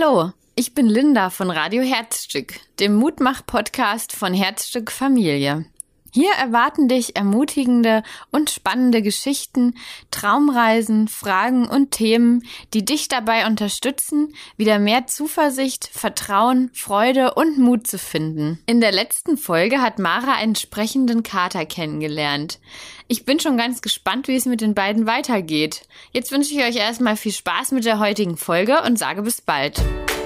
Hallo, ich bin Linda von Radio Herzstück, dem Mutmach-Podcast von Herzstück Familie. Hier erwarten dich ermutigende und spannende Geschichten, Traumreisen, Fragen und Themen, die dich dabei unterstützen, wieder mehr Zuversicht, Vertrauen, Freude und Mut zu finden. In der letzten Folge hat Mara einen sprechenden Kater kennengelernt. Ich bin schon ganz gespannt, wie es mit den beiden weitergeht. Jetzt wünsche ich euch erstmal viel Spaß mit der heutigen Folge und sage bis bald.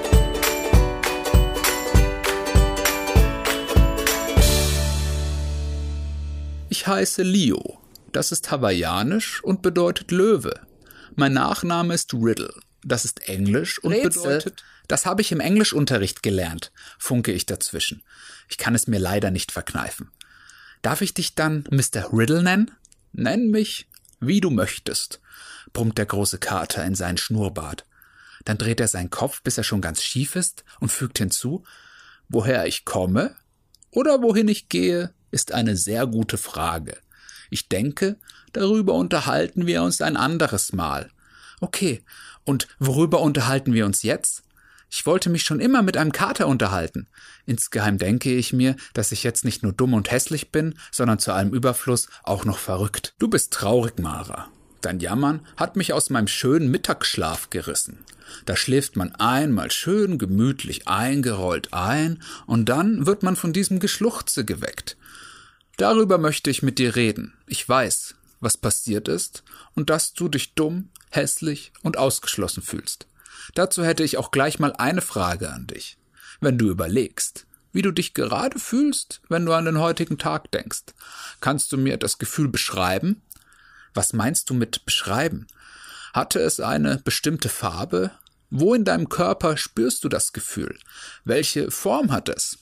Ich heiße Leo. Das ist hawaiianisch und bedeutet Löwe. Mein Nachname ist Riddle. Das ist Englisch und bedeutet... Das habe ich im Englischunterricht gelernt, funke ich dazwischen. Ich kann es mir leider nicht verkneifen. Darf ich dich dann Mr. Riddle nennen? Nenn mich, wie du möchtest, brummt der große Kater in seinen Schnurrbart. Dann dreht er seinen Kopf, bis er schon ganz schief ist und fügt hinzu, woher ich komme oder wohin ich gehe, ist eine sehr gute Frage. Ich denke, darüber unterhalten wir uns ein anderes Mal. Okay, und worüber unterhalten wir uns jetzt? Ich wollte mich schon immer mit einem Kater unterhalten. Insgeheim denke ich mir, dass ich jetzt nicht nur dumm und hässlich bin, sondern zu allem Überfluss auch noch verrückt. Du bist traurig, Mara. Dein Jammern hat mich aus meinem schönen Mittagsschlaf gerissen. Da schläft man einmal schön gemütlich eingerollt ein und dann wird man von diesem Geschluchze geweckt. Darüber möchte ich mit dir reden. Ich weiß, was passiert ist und dass du dich dumm, hässlich und ausgeschlossen fühlst. Dazu hätte ich auch gleich mal eine Frage an dich. Wenn du überlegst, wie du dich gerade fühlst, wenn du an den heutigen Tag denkst, kannst du mir das Gefühl beschreiben? Was meinst du mit beschreiben? Hatte es eine bestimmte Farbe? Wo in deinem Körper spürst du das Gefühl? Welche Form hat es?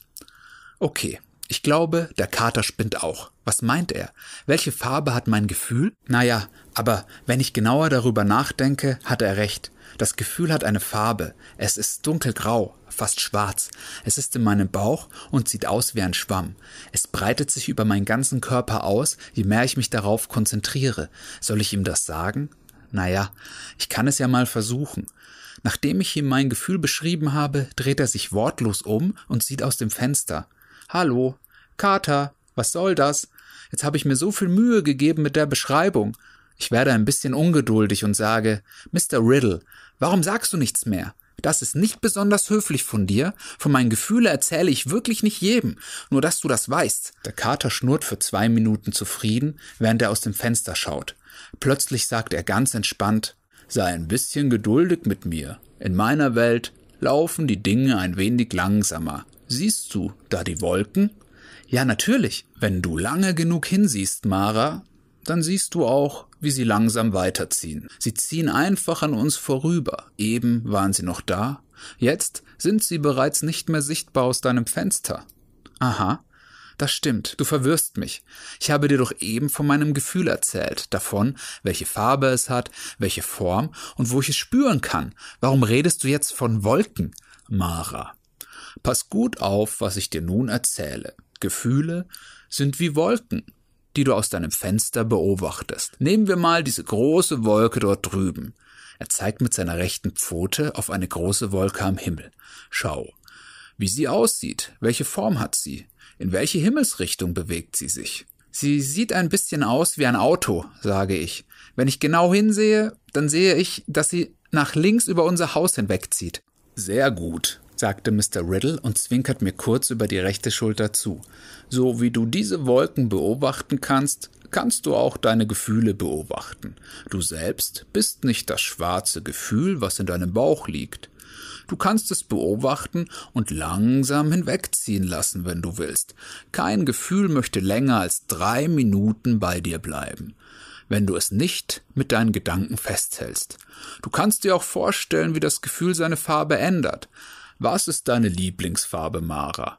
Okay. Ich glaube, der Kater spinnt auch. Was meint er? Welche Farbe hat mein Gefühl? Naja, aber wenn ich genauer darüber nachdenke, hat er recht. Das Gefühl hat eine Farbe. Es ist dunkelgrau, fast schwarz. Es ist in meinem Bauch und sieht aus wie ein Schwamm. Es breitet sich über meinen ganzen Körper aus, je mehr ich mich darauf konzentriere. Soll ich ihm das sagen? Naja, ich kann es ja mal versuchen. Nachdem ich ihm mein Gefühl beschrieben habe, dreht er sich wortlos um und sieht aus dem Fenster. Hallo, Kater, was soll das? Jetzt habe ich mir so viel Mühe gegeben mit der Beschreibung. Ich werde ein bisschen ungeduldig und sage, Mr. Riddle, warum sagst du nichts mehr? Das ist nicht besonders höflich von dir. Von meinen Gefühlen erzähle ich wirklich nicht jedem, nur dass du das weißt. Der Kater schnurrt für 2 Minuten zufrieden, während er aus dem Fenster schaut. Plötzlich sagt er ganz entspannt, sei ein bisschen geduldig mit mir. In meiner Welt laufen die Dinge ein wenig langsamer. Siehst du da die Wolken? Ja, natürlich. Wenn du lange genug hinsiehst, Mara, dann siehst du auch, wie sie langsam weiterziehen. Sie ziehen einfach an uns vorüber. Eben waren sie noch da. Jetzt sind sie bereits nicht mehr sichtbar aus deinem Fenster. Aha, das stimmt. Du verwirrst mich. Ich habe dir doch eben von meinem Gefühl erzählt. Davon, welche Farbe es hat, welche Form und wo ich es spüren kann. Warum redest du jetzt von Wolken, Mara? Pass gut auf, was ich dir nun erzähle. Gefühle sind wie Wolken, die du aus deinem Fenster beobachtest. Nehmen wir mal diese große Wolke dort drüben. Er zeigt mit seiner rechten Pfote auf eine große Wolke am Himmel. Schau, wie sie aussieht. Welche Form hat sie? In welche Himmelsrichtung bewegt sie sich? Sie sieht ein bisschen aus wie ein Auto, sage ich. Wenn ich genau hinsehe, dann sehe ich, dass sie nach links über unser Haus hinwegzieht. Sehr gut, sagte Mr. Riddle und zwinkert mir kurz über die rechte Schulter zu. So wie du diese Wolken beobachten kannst, kannst du auch deine Gefühle beobachten. Du selbst bist nicht das schwarze Gefühl, was in deinem Bauch liegt. Du kannst es beobachten und langsam hinwegziehen lassen, wenn du willst. Kein Gefühl möchte länger als 3 Minuten bei dir bleiben, wenn du es nicht mit deinen Gedanken festhältst. Du kannst dir auch vorstellen, wie das Gefühl seine Farbe ändert. Was ist deine Lieblingsfarbe, Mara?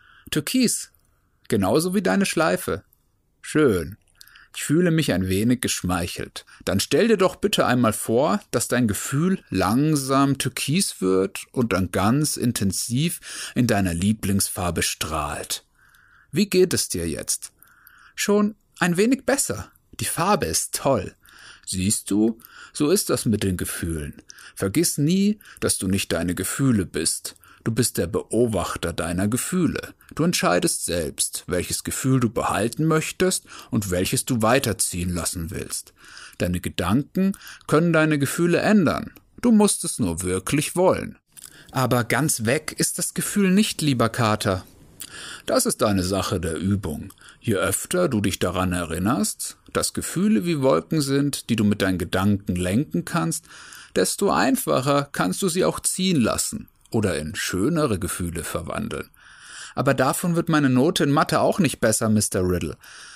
Türkis, genauso wie deine Schleife. Schön. Ich fühle mich ein wenig geschmeichelt. Dann stell dir doch bitte einmal vor, dass dein Gefühl langsam türkis wird und dann ganz intensiv in deiner Lieblingsfarbe strahlt. Wie geht es dir jetzt? Schon ein wenig besser. Die Farbe ist toll. Siehst du, so ist das mit den Gefühlen. Vergiss nie, dass du nicht deine Gefühle bist. Du bist der Beobachter deiner Gefühle. Du entscheidest selbst, welches Gefühl du behalten möchtest und welches du weiterziehen lassen willst. Deine Gedanken können deine Gefühle ändern. Du musst es nur wirklich wollen. Aber ganz weg ist das Gefühl nicht, lieber Kater. Das ist eine Sache der Übung. Je öfter du dich daran erinnerst, dass Gefühle wie Wolken sind, die du mit deinen Gedanken lenken kannst, desto einfacher kannst du sie auch ziehen lassen oder in schönere Gefühle verwandeln. Aber davon wird meine Note in Mathe auch nicht besser, Mr. Riddle.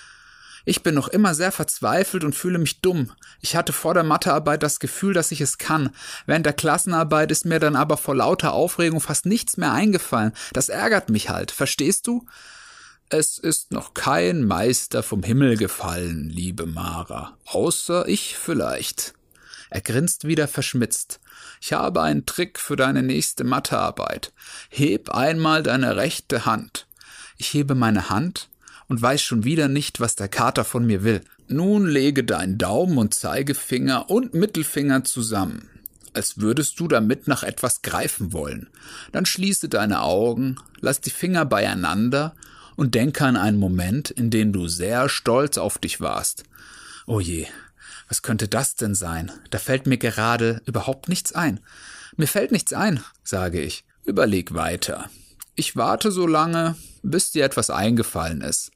Ich bin noch immer sehr verzweifelt und fühle mich dumm. Ich hatte vor der Mathearbeit das Gefühl, dass ich es kann. Während der Klassenarbeit ist mir dann aber vor lauter Aufregung fast nichts mehr eingefallen. Das ärgert mich halt, verstehst du? Es ist noch kein Meister vom Himmel gefallen, liebe Mara, außer ich vielleicht. Er grinst wieder verschmitzt. Ich habe einen Trick für deine nächste Mathearbeit. Heb einmal deine rechte Hand. Ich hebe meine Hand und weiß schon wieder nicht, was der Kater von mir will. Nun lege deinen Daumen und Zeigefinger und Mittelfinger zusammen, als würdest du damit nach etwas greifen wollen. Dann schließe deine Augen, lass die Finger beieinander und denke an einen Moment, in dem du sehr stolz auf dich warst. Oh je, was könnte das denn sein? Da fällt mir gerade überhaupt nichts ein. Mir fällt nichts ein, sage ich. Überleg weiter. Ich warte so lange, bis dir etwas eingefallen ist.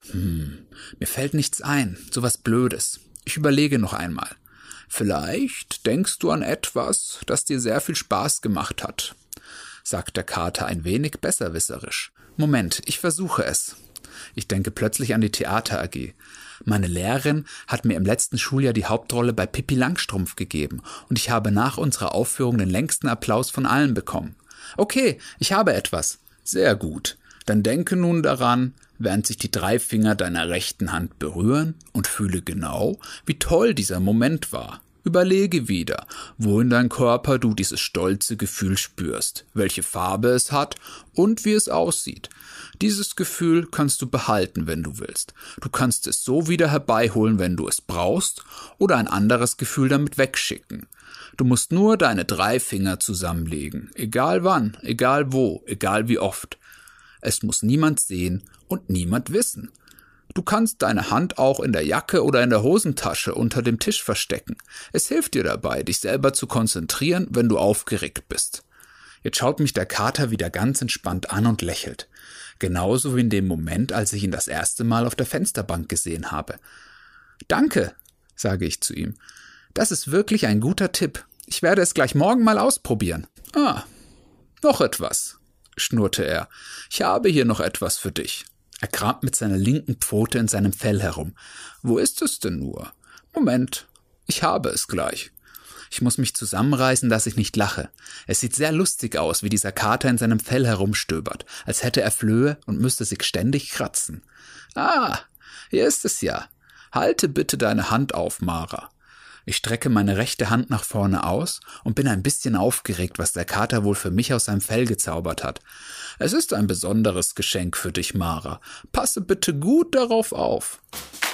Mir fällt nichts ein, so was Blödes. Ich überlege noch einmal. Vielleicht denkst du an etwas, das dir sehr viel Spaß gemacht hat, sagt der Kater ein wenig besserwisserisch. Moment, ich versuche es. Ich denke plötzlich an die Theater AG. Meine Lehrerin hat mir im letzten Schuljahr die Hauptrolle bei Pippi Langstrumpf gegeben und ich habe nach unserer Aufführung den längsten Applaus von allen bekommen. Okay, ich habe etwas. Sehr gut. Dann denke nun daran, während sich die 3 Finger deiner rechten Hand berühren und fühle genau, wie toll dieser Moment war. Überlege wieder, wo in deinem Körper du dieses stolze Gefühl spürst, welche Farbe es hat und wie es aussieht. Dieses Gefühl kannst du behalten, wenn du willst. Du kannst es so wieder herbeiholen, wenn du es brauchst, oder ein anderes Gefühl damit wegschicken. Du musst nur deine 3 Finger zusammenlegen, egal wann, egal wo, egal wie oft. Es muss niemand sehen und niemand wissen. Du kannst deine Hand auch in der Jacke oder in der Hosentasche unter dem Tisch verstecken. Es hilft dir dabei, dich selber zu konzentrieren, wenn du aufgeregt bist. Jetzt schaut mich der Kater wieder ganz entspannt an und lächelt. Genauso wie in dem Moment, als ich ihn das erste Mal auf der Fensterbank gesehen habe. Danke, sage ich zu ihm. Das ist wirklich ein guter Tipp. Ich werde es gleich morgen mal ausprobieren. Noch etwas, schnurrte er. Ich habe hier noch etwas für dich. Er kramt mit seiner linken Pfote in seinem Fell herum. Wo ist es denn nur? Moment, ich habe es gleich. Ich muss mich zusammenreißen, dass ich nicht lache. Es sieht sehr lustig aus, wie dieser Kater in seinem Fell herumstöbert, als hätte er Flöhe und müsste sich ständig kratzen. Hier ist es ja. Halte bitte deine Hand auf, Mara. Ich strecke meine rechte Hand nach vorne aus und bin ein bisschen aufgeregt, was der Kater wohl für mich aus seinem Fell gezaubert hat. Es ist ein besonderes Geschenk für dich, Mara. Passe bitte gut darauf auf.